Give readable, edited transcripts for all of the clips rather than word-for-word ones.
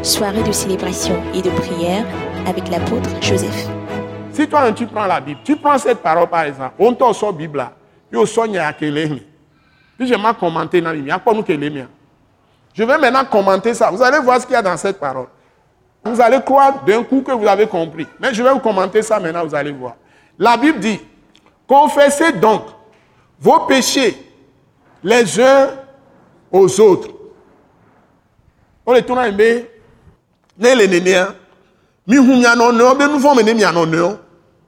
soirée de célébration et de prière avec l'apôtre Joseph. Si toi, tu prends la Bible, tu prends cette parole par exemple, on te sort la Bible là, puis on sort à Kelemi. Puis je vais commenter dans la Bible. Je vais maintenant commenter ça. Vous allez voir ce qu'il y a dans cette parole. Vous allez croire d'un coup que vous avez compris. Mais je vais vous commenter ça maintenant, vous allez voir. La Bible dit, confessez donc vos péchés les uns aux autres. On est tourné mais les nénéens, mi humia non non, ben nous formons mi anon non.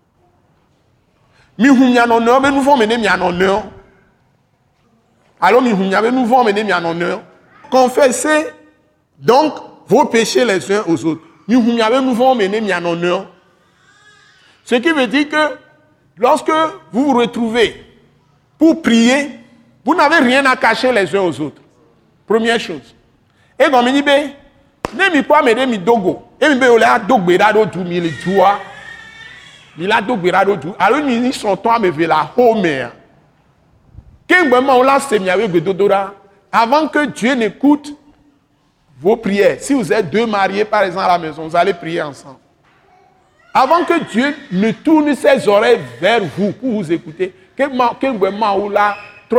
Mi humia non non, ben nous formons mi anon non. Alors mi humia ben nous formons mi anon non. Confessez donc vos péchés les uns aux autres. Mi humia ben nous formons mi anon non. Ce qui veut dire que lorsque vous vous retrouvez pour prier, vous n'avez rien à cacher les uns aux autres. Première chose. Et comme il dit, ne mi pas m'aider mi dogo. Et mi be a dogbera do mi le joie. Mi la dogbera do du. Alors ni son temps me veut la homer. Quel moment on l'a semé avec dodora avant que Dieu n'écoute vos prières. Si vous êtes deux mariés par exemple à la maison, vous allez prier ensemble. Avant que Dieu ne tourne ses oreilles vers vous pour vous écouter, quel moment où là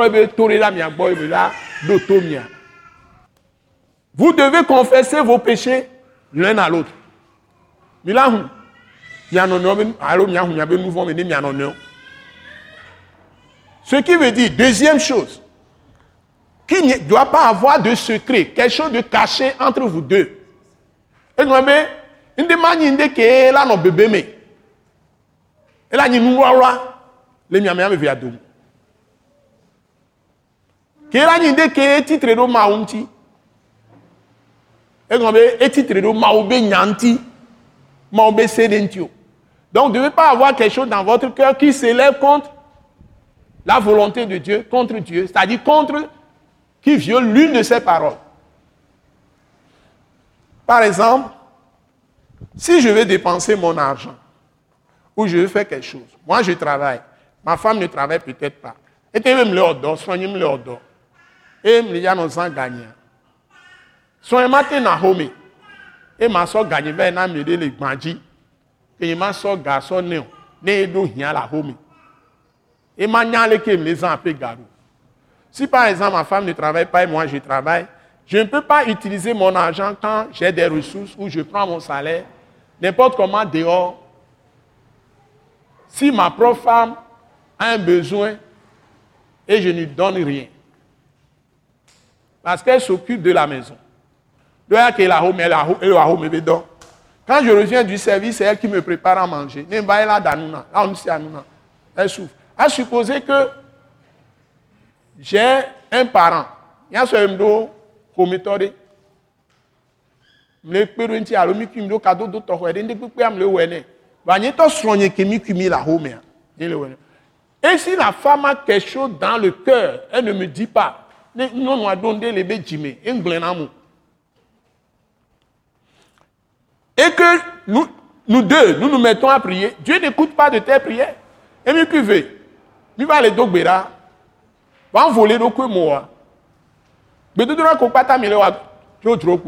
vous devez confesser vos péchés l'un à l'autre. Ce qui veut dire, deuxième chose, qu'il ne doit pas avoir de secret, quelque chose de caché entre vous deux. Et vous savez, une demande qui est là, nos bébés, et là, nous voyons les miamia me via dom. Kera ni de ke titre do maunti. Et vous savez, titre do maoube nyanti, maoube sedentio. Donc, vous ne devez pas avoir quelque chose dans votre cœur qui s'élève contre la volonté de Dieu, contre Dieu, c'est-à-dire contre qui viole l'une de ses paroles. Par exemple, si je veux dépenser mon argent, ou je veux faire quelque chose, moi je travaille, ma femme ne travaille peut-être pas, et tu veux me l'ordre, soigne-moi l'ordre, et me dire nous en gagnant. Soigne-moi tes nahome, et ma soeur gagne, ben n'a me les bandits, et ma soeur garçon néo, né do rien la home, et ma nyale que les en peu garou. Si par exemple ma femme ne travaille pas et moi je travaille, je ne peux pas utiliser mon argent quand j'ai des ressources ou je prends mon salaire, n'importe comment dehors. Si ma propre femme a un besoin et je ne lui donne rien, parce qu'elle s'occupe de la maison. Quand je reviens du service, c'est elle qui me prépare à manger. Elle souffre. À supposer que j'ai un parent. Il y a ce mdo komitore. Me perunti alo mi kimdo kado do to hwede ndek pe am le wene. Ba nyi to sogne ke mi kimi la home. Et si la femme a quelque chose dans le cœur, elle ne me dit pas. Non, on a donné les béjime, et que nous deux, nous mettons à prier, Dieu n'écoute pas de tes prières. Et mieux que veut, il va les dogbera, va envoler le coup moi. Mais tu dois qu'on pas t'amener tu trop.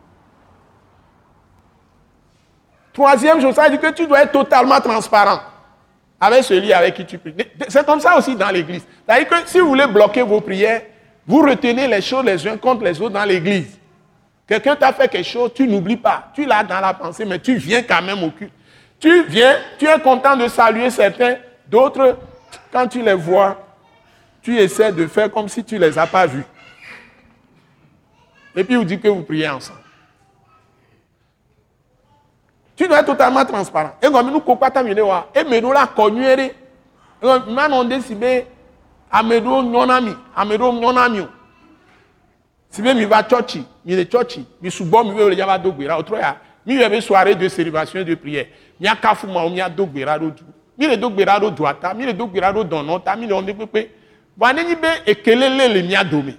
Troisième chose, ça veut dire que tu dois être totalement transparent avec celui avec qui tu pries. C'est comme ça aussi dans l'église. C'est-à-dire que si vous voulez bloquer vos prières, vous retenez les choses les uns contre les autres dans l'église. Quelqu'un t'a fait quelque chose, tu n'oublies pas. Tu l'as dans la pensée, mais tu viens quand même au culte. Tu viens, tu es content de saluer certains. D'autres, quand tu les vois, tu essaies de faire comme si tu ne les as pas vus. Et puis vous dites que vous priez ensemble. Tu dois être totalement transparent. Et comme nous, et nous la connuéré. Nous décidé. Amedo nyonami, amedo nyonami. Si bien mi va chochi, mi le chochi, mi subo mi le yaba dogbera otroya. Mi yebe soirée de célébration et de prière. Mi akafu ma mi dogbera do du. Mi le dogbera do droita, mi le dogbera do donota, mi le onde pepe. Wa neni be ekelele le mi adome.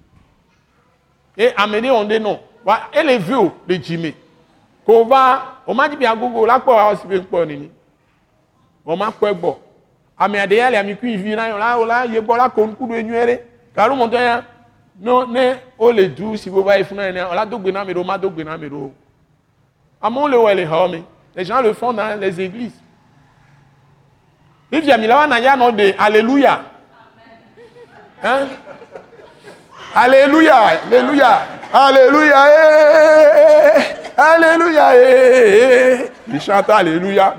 Et amener onde non. Wa élevé le jime. Ko va, o ma di bi agogo la po wa osibe npo nini. O ma ko egbo. Améadéa les amis qui viennent là il y a voilà qu'on coup de nuére car montagne non ne o le dou si vous voyez funa on la dogbena mero ma dogbena mero Les gens le font dans les églises. Il y a Alléluia. Hein? Alléluia. Alléluia. Alléluia. Alléluia. Il chante Alléluia.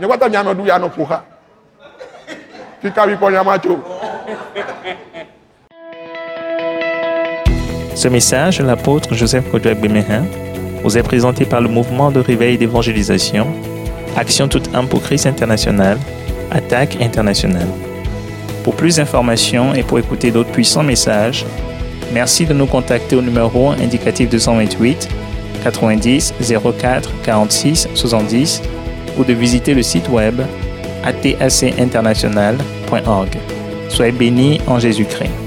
Ce message de l'apôtre Joseph Kodouak Bemehin vous est présenté par le mouvement de réveil d'évangélisation, Action toute âme pour Christ international, Attaque internationale. Pour plus d'informations et pour écouter d'autres puissants messages, merci de nous contacter au numéro indicatif 228 90 04 46 70 ou de visiter le site web atacinternational.org. Soyez bénis en Jésus-Christ.